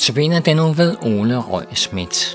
Notabene den nu ved Ole Røg Schmidt.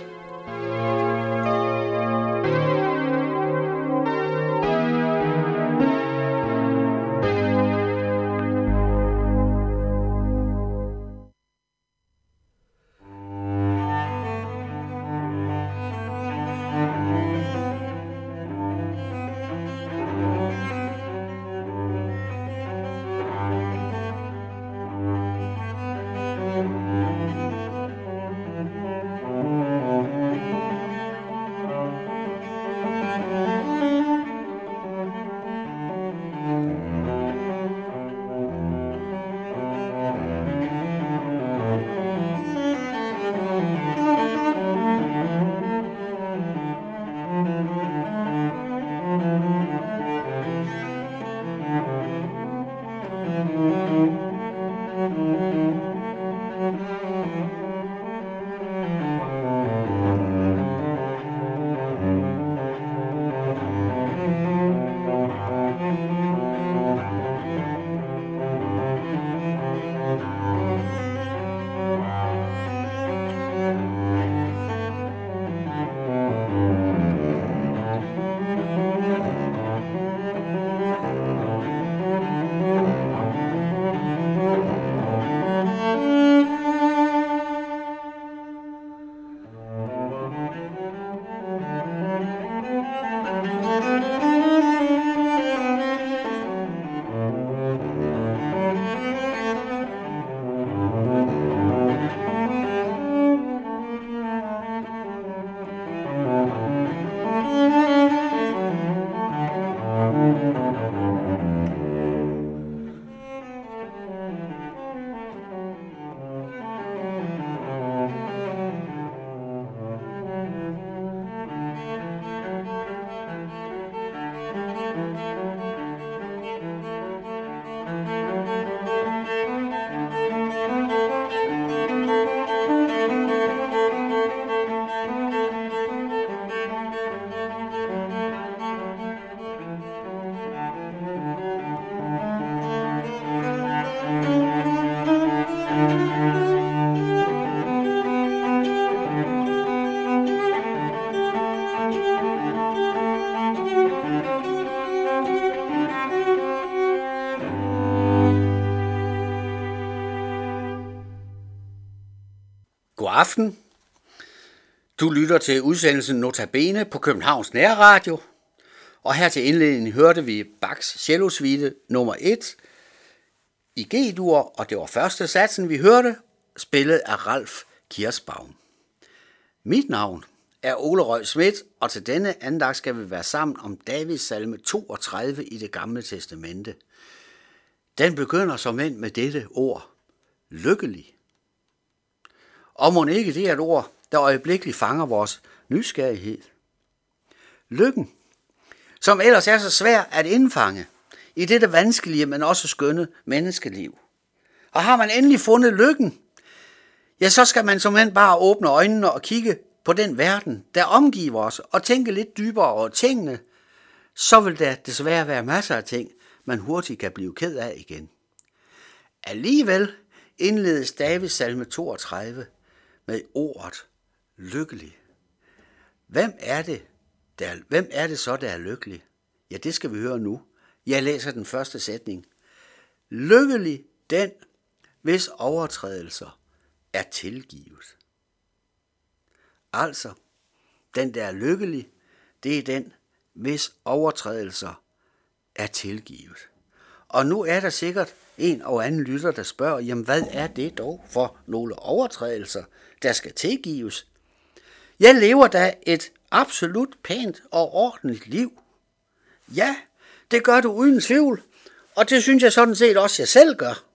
God aften. Du lytter til udsendelsen Notabene på Københavns Nærradio. Og her til indledning hørte vi Bachs cellosuite nummer 1 i G-dur, og det var første satsen, vi hørte, spillet af Ralf Kirschbaum. Mit navn er Ole Røg Schmidt, og til denne andagt skal vi være sammen om Davids salme 32 i Det Gamle Testamente. Den begynder som end med dette ord, lykkelig. Og mon ikke det er et ord, der øjeblikkeligt fanger vores nysgerrighed. Lykken, som ellers er så svær at indfange i dette vanskelige, men også skønne menneskeliv. Og har man endelig fundet lykken, ja, så skal man som end bare åbne øjnene og kigge på den verden, der omgiver os, og tænke lidt dybere over tingene, så vil der desværre være masser af ting, man hurtigt kan blive ked af igen. Alligevel indledes Davids salme 32 med ordet lykkelig. Hvem er det så, der er lykkelig? Ja, det skal vi høre nu. Jeg læser den første sætning. Lykkelig den, hvis overtrædelser er tilgivet. Altså, den der er lykkelig, det er den, hvis overtrædelser er tilgivet. Og nu er der sikkert en og anden lytter, der spørger, jamen hvad er det dog for nogle overtrædelser, der skal tilgives? Jeg lever da et absolut pænt og ordentligt liv. Ja, det gør du uden tvivl, og det synes jeg sådan set også, jeg selv gør.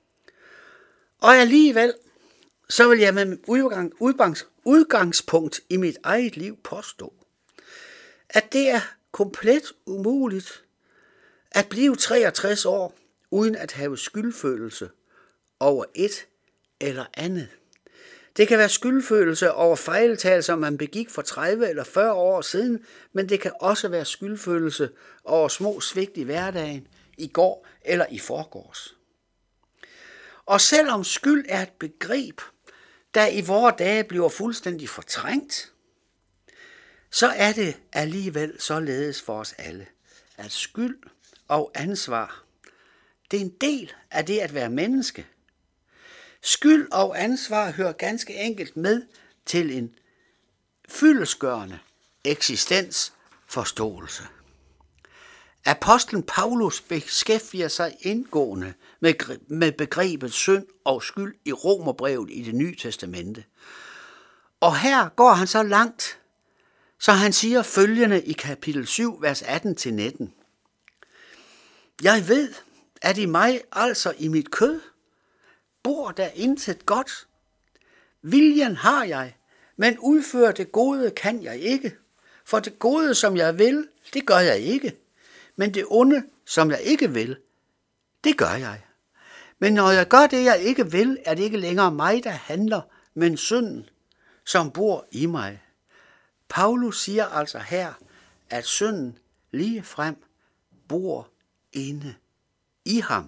Og alligevel, så vil jeg med udgangspunkt i mit eget liv påstå, at det er komplet umuligt at blive 63 år uden at have skyldfølelse over et eller andet. Det kan være skyldfølelse over fejltagelser, man begik for 30 eller 40 år siden, men det kan også være skyldfølelse over små svigt i hverdagen, i går eller i forgårs. Og selvom skyld er et begreb, der i vore dage bliver fuldstændig fortrængt, så er det alligevel således for os alle, at skyld og ansvar, det er en del af det at være menneske. Skyld og ansvar hører ganske enkelt med til en fyldestgørende eksistensforståelse. Apostlen Paulus beskæftiger sig indgående med begrebet synd og skyld i Romerbrevet i Det Nye Testamente. Og her går han så langt, så han siger følgende i kapitel 7, vers 18-19. Jeg ved, at i mig, altså i mit kød, bor der intet godt. Viljen har jeg, men udføre det gode kan jeg ikke. For det gode, som jeg vil, det gør jeg ikke. Men det onde, som jeg ikke vil, det gør jeg. Men når jeg gør det, jeg ikke vil, er det ikke længere mig, der handler, men synden, som bor i mig. Paulus siger altså her, at synden lige frem bor inde i ham.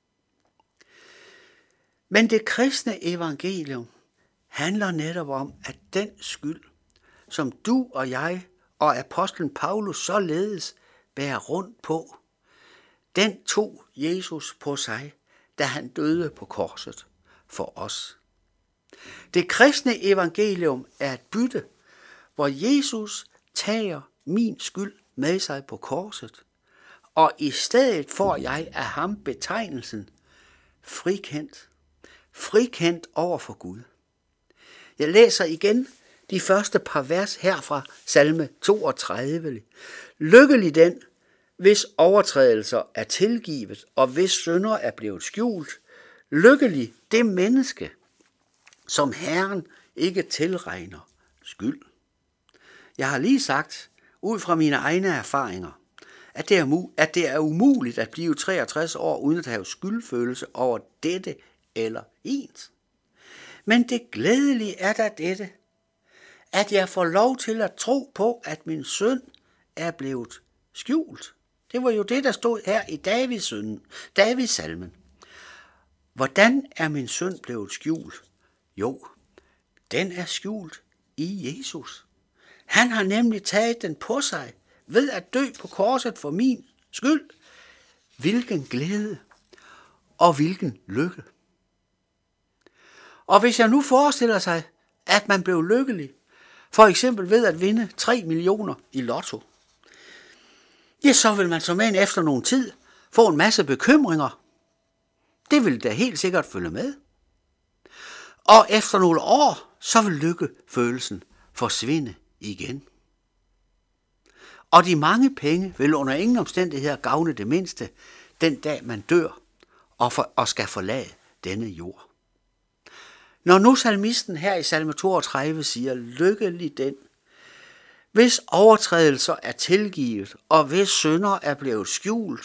Men det kristne evangelium handler netop om, at den skyld, som du og jeg og apostlen Paulus således bærer rundt på, den tog Jesus på sig, da han døde på korset for os. Det kristne evangelium er et bytte, hvor Jesus tager min skyld med sig på korset, og i stedet får jeg af ham betegnelsen frikendt. Frikendt over for Gud. Jeg læser igen de første par vers her fra salme 32. Lykkelig den, hvis overtrædelser er tilgivet, og hvis synder er blevet skjult. Lykkelig det menneske, som Herren ikke tilregner skyld. Jeg har lige sagt, ud fra mine egne erfaringer, at det er umuligt at blive 63 år uden at have skyldfølelse over dette eller ens. Men det glædelige er da dette, at jeg får lov til at tro på, at min synd er blevet skjult. Det var jo det, der stod her i Davids salmen. Hvordan er min synd blevet skjult? Jo, den er skjult i Jesus. Han har nemlig taget den på sig ved at dø på korset for min skyld. Hvilken glæde og hvilken lykke. Og hvis jeg nu forestiller sig, at man blev lykkelig, for eksempel ved at vinde 3 millioner i lotto, ja, så vil man som en efter nogen tid få en masse bekymringer. Det vil da helt sikkert følge med. Og efter nogle år, så vil lykkefølelsen forsvinde igen. Og de mange penge vil under ingen omstændigheder gavne det mindste, den dag man dør og skal forlade denne jord. Når nu salmisten her i salme 32 siger, lykkelig den, hvis overtrædelser er tilgivet, og hvis synder er blevet skjult,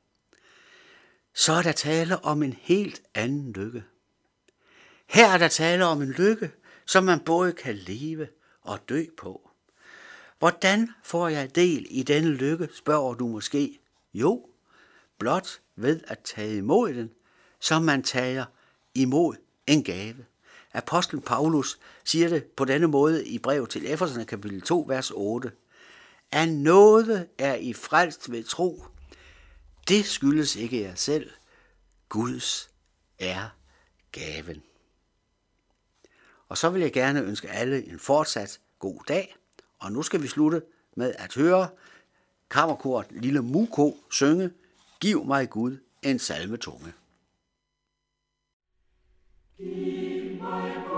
så er der tale om en helt anden lykke. Her er der tale om en lykke, som man både kan leve og dø på. Hvordan får jeg del i denne lykke, spørger du måske. Jo, blot ved at tage imod den, som man tager imod en gave. Apostlen Paulus siger det på denne måde i brev til Efeserne kapitel 2, vers 8. Af nåde er I frelst ved tro. Det skyldes ikke jer selv. Guds er gaven. Og så vil jeg gerne ønske alle en fortsat god dag. Og nu skal vi slutte med at høre kammerkoret Lille Muko synge Giv mig Gud en salmetunge. Giv mig